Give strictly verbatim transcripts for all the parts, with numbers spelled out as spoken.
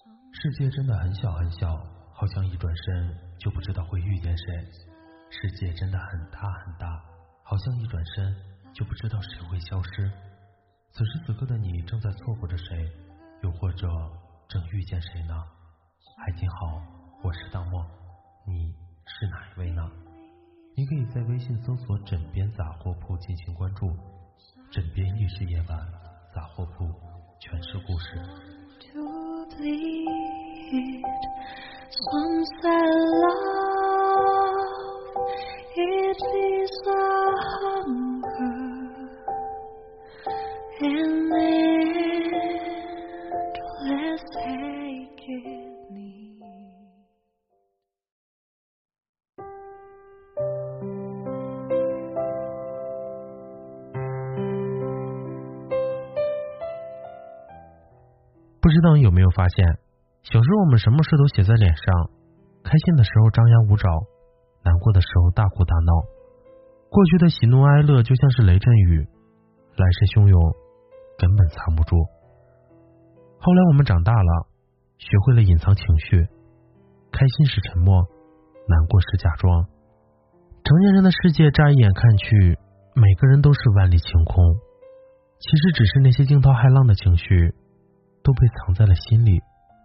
世界真的很小很小，好像一转身就不知道会遇见谁。世界真的很大很大，好像一转身就不知道谁会消失。此时此刻的你正在错过着谁，又或者正遇见谁呢？嗨，你好，我是大漠，你是哪一位呢？你可以在微信搜索枕边杂货铺进行关注，枕边亦是夜晚，杂货铺全是故事。 Some say love, it is a hunger, an endless agony. 不知道你有没有发现，小时候我们什么事都写在脸上，开心的时候张牙舞爪，难过的时候大哭大闹。过去的喜怒哀乐就像是雷阵雨，来势汹涌，根本藏不住。后来我们长大了，学会了隐藏情绪，开心是沉默，难过是假装。成年人的世界乍一眼看去，每个人都是万里晴空，其实只是那些惊涛骇浪的情绪都被藏在了心里。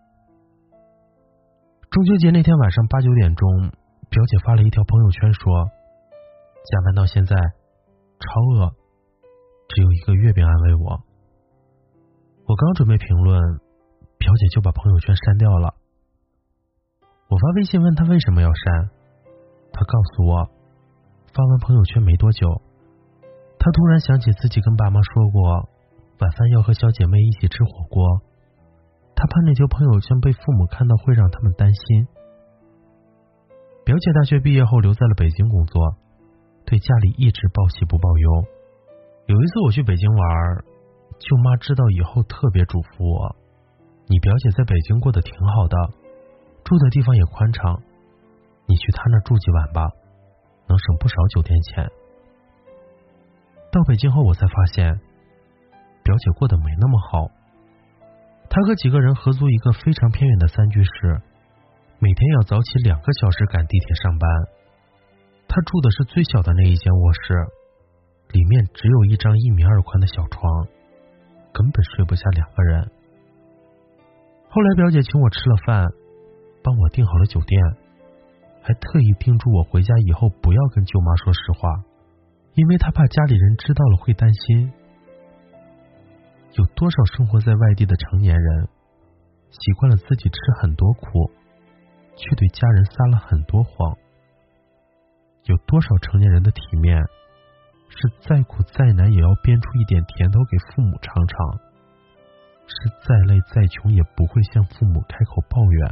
中秋节那天晚上八九点钟，表姐发了一条朋友圈说，加班到现在超饿，只有一个月饼安慰我。我刚准备评论，表姐就把朋友圈删掉了。我发微信问她为什么要删，她告诉我，发完朋友圈没多久，她突然想起自己跟爸妈说过晚饭要和小姐妹一起吃火锅，他怕那条朋友圈被父母看到会让他们担心。表姐大学毕业后留在了北京工作，对家里一直报喜不报忧。有一次我去北京玩，舅妈知道以后特别嘱咐我，你表姐在北京过得挺好的，住的地方也宽敞，你去她那住几晚吧，能省不少酒店钱。到北京后我才发现，表姐过得没那么好。她和几个人合租一个非常偏远的三居室，每天要早起两个小时赶地铁上班。她住的是最小的那一间卧室，里面只有一张一米二宽的小床，根本睡不下两个人。后来表姐请我吃了饭，帮我订好了酒店，还特意叮嘱我回家以后不要跟舅妈说实话，因为她怕家里人知道了会担心。有多少生活在外地的成年人，习惯了自己吃很多苦，却对家人撒了很多谎。有多少成年人的体面，是再苦再难也要编出一点甜头给父母尝尝，是再累再穷也不会向父母开口抱怨。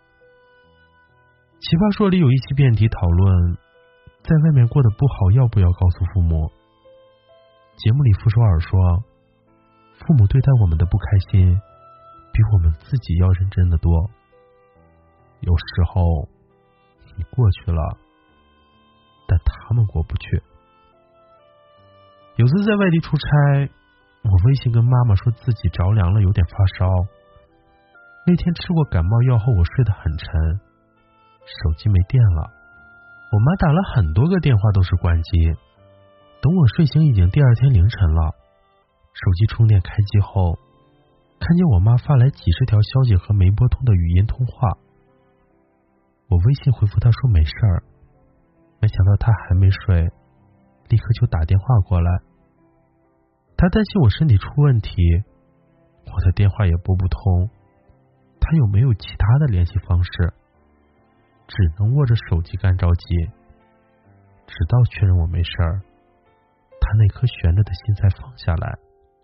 奇葩说里有一期辩题讨论，在外面过得不好要不要告诉父母。节目里傅首尔说，父母对待我们的不开心比我们自己要认真的多，有时候你过去了，但他们过不去。有次在外地出差，我微信跟妈妈说自己着凉了，有点发烧。那天吃过感冒药后我睡得很沉，手机没电了，我妈打了很多个电话都是关机。等我睡醒已经第二天凌晨了，手机充电开机后，看见我妈发来几十条消息和没拨通的语音通话。我微信回复她说没事儿，没想到她还没睡，立刻就打电话过来。她担心我身体出问题，我的电话也拨不通，她有没有其他的联系方式？只能握着手机干着急，直到确认我没事儿，她那颗悬着的心才放下来。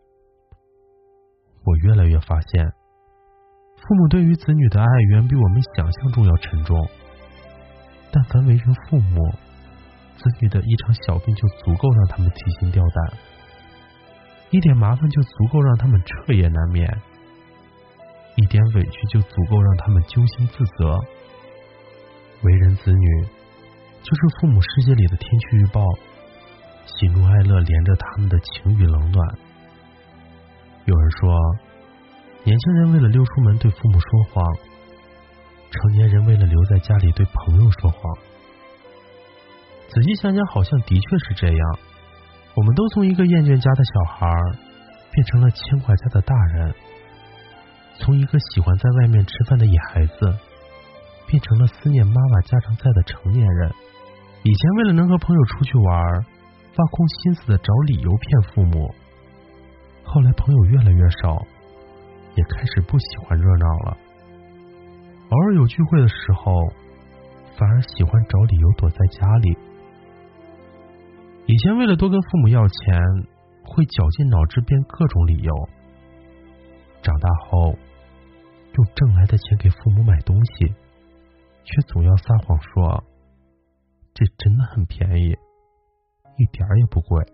我越来越发现，父母对于子女的爱远比我们想象中要沉重。但凡为人父母，子女的一场小病就足够让他们提心吊胆，一点麻烦就足够让他们彻夜难眠，一点委屈就足够让他们揪心自责。为人子女，就是父母世界里的天气预报，喜怒哀乐连着他们的情与冷暖。有人说， 年轻人为了溜出门对父母说谎，成年人为了留在家里对朋友说谎。仔细想想，好像的确是这样，我们都从一个厌倦家的小孩变成了牵挂家的大人，从一个喜欢在外面吃饭的野孩子变成了思念妈妈家常菜的成年人。以前为了能和朋友出去玩，挖空心思的找理由骗父母，后来朋友越来越少，也开始不喜欢热闹了。偶尔有聚会的时候，反而喜欢找理由躲在家里。以前为了多跟父母要钱，会绞尽脑汁编各种理由。长大后，用挣来的钱给父母买东西，却总要撒谎说这真的很便宜，一点也不贵。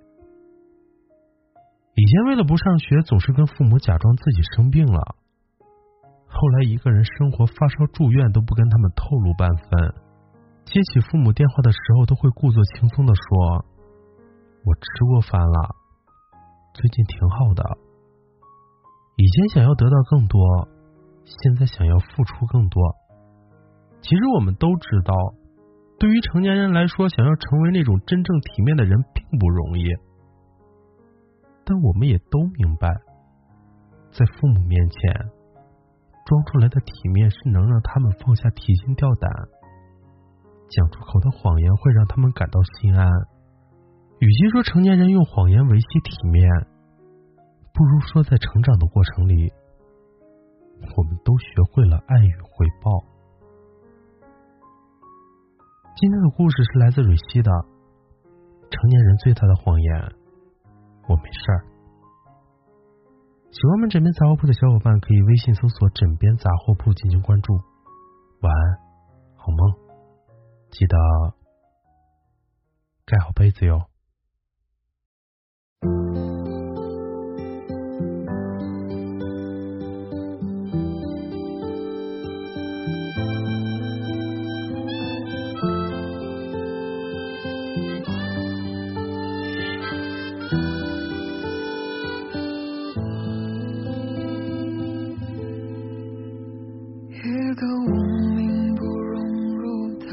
以前为了不上学，总是跟父母假装自己生病了，后来一个人生活发烧住院都不跟他们透露半分，接起父母电话的时候都会故作轻松地说我吃过饭了，最近挺好的。以前想要得到更多，现在想要付出更多。其实我们都知道，对于成年人来说，想要成为那种真正体面的人并不容易，但我们也都明白，在父母面前装出来的体面是能让他们放下提心吊胆，讲出口的谎言会让他们感到心安。与其说成年人用谎言维系体面，不如说在成长的过程里，我们都学会了爱与回报。今天的故事是来自蕊希的成年人最大的谎言，我没事儿。喜欢我们枕边杂货铺的小伙伴可以微信搜索枕边杂货铺进行关注。晚安，好梦，记得盖好被子哟。 一个无名不融入的，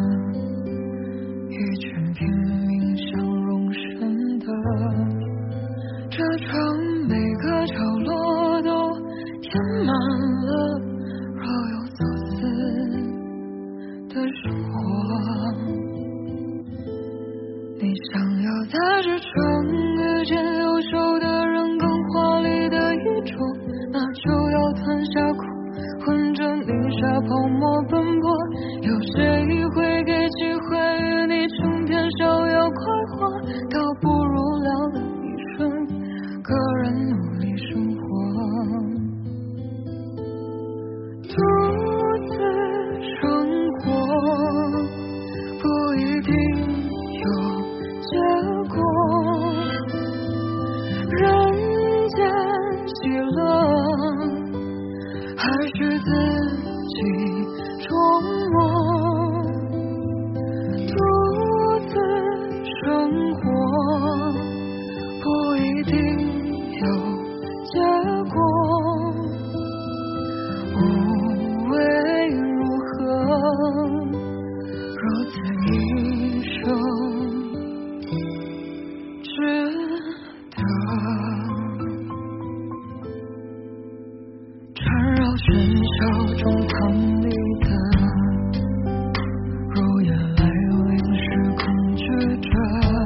一群拼命想容身的，这场每个角落都填满了若有所思的生活。你想要在这场遇见优秀的人更华丽的一种，那就要吞下苦，混着泥沙泡沫奔波，有谁会给机会与你成天逍遥快活？倒不如聊了一瞬，个人努力生活，独自生活不一定有结果，人间喜乐还是自己琢磨，独自生活不一定有结果，无谓如何如此一生值得。缠绕喧嚣中淌离的，如夜来临时恐惧着，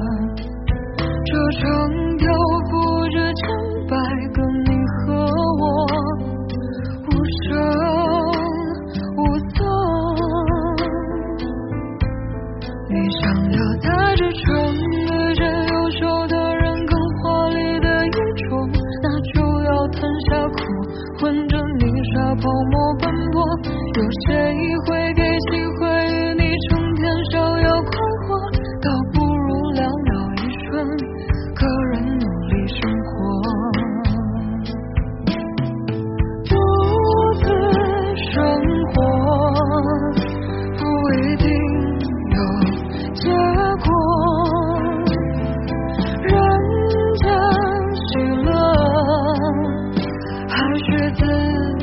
这场漂浮着千百个你和我，无声无色。你想要在这场遇见优秀的人更华丽的一种，那就要吞下苦，混着泥沙泡沫奔波，有谁会给机会与你成天逍遥快活？倒不如寥寥一瞬，个人努力生活，独自生活不一定有结果，人间喜乐还是自夜。